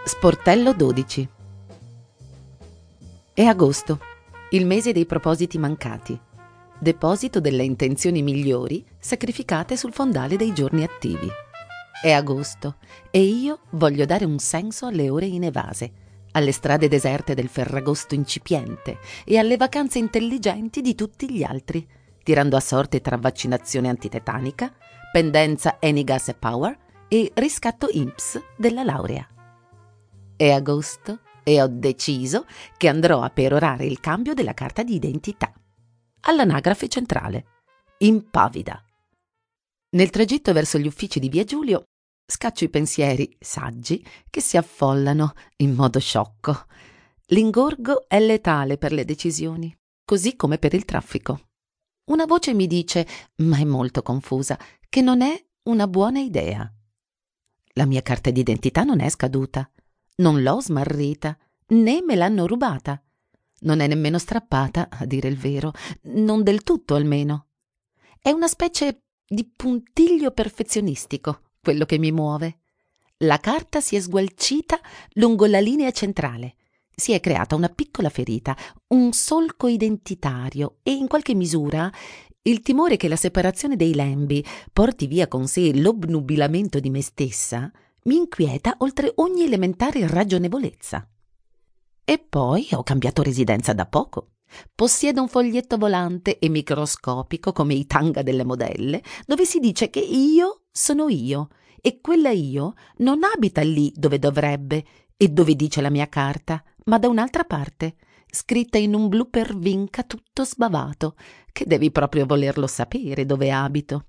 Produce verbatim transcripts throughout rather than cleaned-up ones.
Sportello dodici. È agosto, il mese dei propositi mancati, deposito delle intenzioni migliori sacrificate sul fondale dei giorni attivi. È agosto e io voglio dare un senso alle ore inevase, alle strade deserte del Ferragosto incipiente e alle vacanze intelligenti di tutti gli altri, tirando a sorte tra vaccinazione antitetanica, pendenza Enigas e Power e riscatto I N P S della laurea. È agosto e ho deciso che andrò a perorare il cambio della carta di identità all'anagrafe centrale, impavida. Nel tragitto verso gli uffici di Via Giulio scaccio i pensieri saggi che si affollano in modo sciocco. L'ingorgo è letale per le decisioni, così come per il traffico. Una voce mi dice, ma è molto confusa, che non è una buona idea. La mia carta d'identità non è scaduta, non l'ho smarrita, né me l'hanno rubata. Non è nemmeno strappata, a dire il vero, non del tutto almeno. È una specie di puntiglio perfezionistico quello che mi muove. La carta si è sgualcita lungo la linea centrale. Si è creata una piccola ferita, un solco identitario e in qualche misura il timore che la separazione dei lembi porti via con sé l'obnubilamento di me stessa mi inquieta oltre ogni elementare ragionevolezza. E poi ho cambiato residenza da poco. Possiedo un foglietto volante e microscopico come i tanga delle modelle, dove si dice che io sono io e quella io non abita lì dove dovrebbe e dove dice la mia carta, ma da un'altra parte, scritta in un blu per vinca tutto sbavato, che devi proprio volerlo sapere dove abito.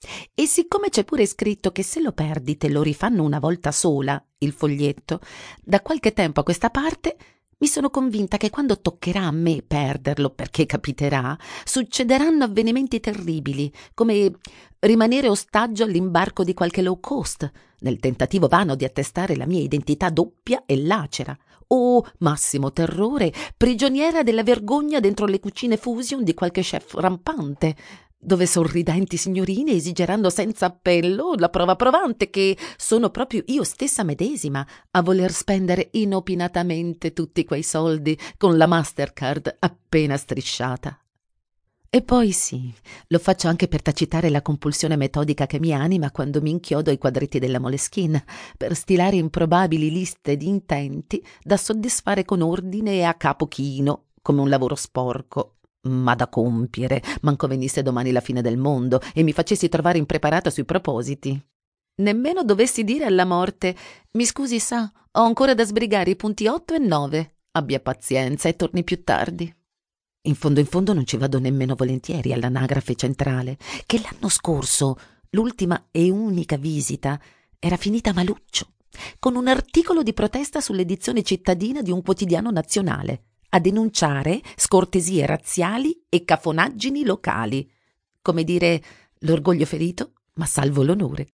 E siccome c'è pure scritto che se lo perdi te lo rifanno una volta sola, il foglietto, da qualche tempo a questa parte mi sono convinta che quando toccherà a me perderlo, perché capiterà, succederanno avvenimenti terribili, come rimanere ostaggio all'imbarco di qualche low cost, nel tentativo vano di attestare la mia identità doppia e lacera, o, massimo terrore, prigioniera della vergogna dentro le cucine fusion di qualche chef rampante, dove sorridenti signorine esigeranno senza appello la prova provante che sono proprio io stessa medesima a voler spendere inopinatamente tutti quei soldi con la Mastercard appena strisciata. E poi sì, lo faccio anche per tacitare la compulsione metodica che mi anima quando mi inchiodo ai quadretti della Moleskine, per stilare improbabili liste di intenti da soddisfare con ordine e a capo chino, come un lavoro sporco, ma da compiere, manco venisse domani la fine del mondo e mi facessi trovare impreparata sui propositi. Nemmeno dovessi dire alla morte, mi scusi sa, ho ancora da sbrigare i punti otto e nove, abbia pazienza e torni più tardi. In fondo in fondo non ci vado nemmeno volentieri all'anagrafe centrale, che l'anno scorso, l'ultima e unica visita, era finita maluccio, con un articolo di protesta sull'edizione cittadina di un quotidiano nazionale, a denunciare scortesie razziali e cafonaggini locali. Come dire, l'orgoglio ferito, ma salvo l'onore.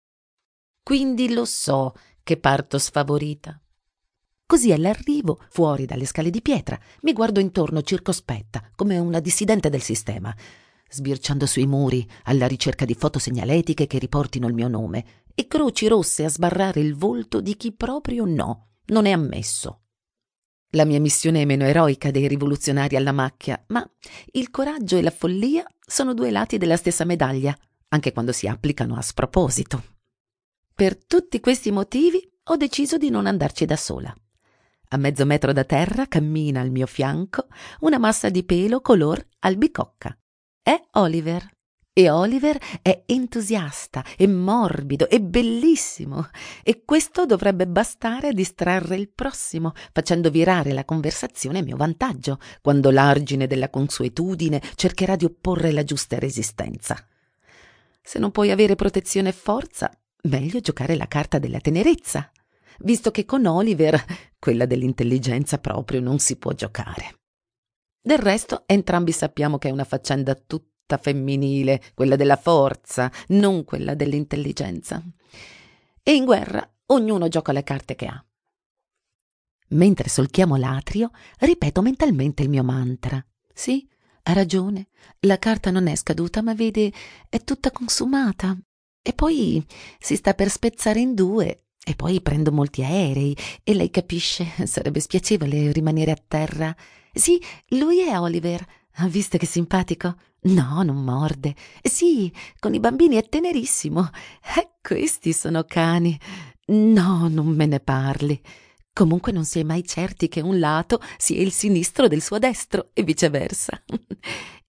Quindi lo so che parto sfavorita. Così all'arrivo, fuori dalle scale di pietra, mi guardo intorno circospetta, come una dissidente del sistema, sbirciando sui muri alla ricerca di foto segnaletiche che riportino il mio nome e croci rosse a sbarrare il volto di chi proprio no, non è ammesso. La mia missione è meno eroica dei rivoluzionari alla macchia, ma il coraggio e la follia sono due lati della stessa medaglia, anche quando si applicano a sproposito. Per tutti questi motivi ho deciso di non andarci da sola. A mezzo metro da terra cammina al mio fianco una massa di pelo color albicocca. È Oliver. E Oliver è entusiasta e morbido e bellissimo, e questo dovrebbe bastare a distrarre il prossimo, facendo virare la conversazione a mio vantaggio, quando l'argine della consuetudine cercherà di opporre la giusta resistenza. Se non puoi avere protezione e forza, meglio giocare la carta della tenerezza, visto che con Oliver quella dell'intelligenza proprio non si può giocare. Del resto, entrambi sappiamo che è una faccenda tutta femminile, quella della forza, non quella dell'intelligenza. E in guerra ognuno gioca le carte che ha. Mentre solchiamo l'atrio, ripeto mentalmente il mio mantra. Sì, ha ragione, la carta non è scaduta, ma vede, è tutta consumata. E poi si sta per spezzare in due E poi prendo molti aerei e lei capisce, sarebbe spiacevole rimanere a terra. Sì, lui è Oliver. Ha visto che simpatico? No, non morde. Sì, con i bambini è tenerissimo. Eh, questi sono cani. No, non me ne parli. Comunque non si è mai certi che un lato sia il sinistro del suo destro e viceversa.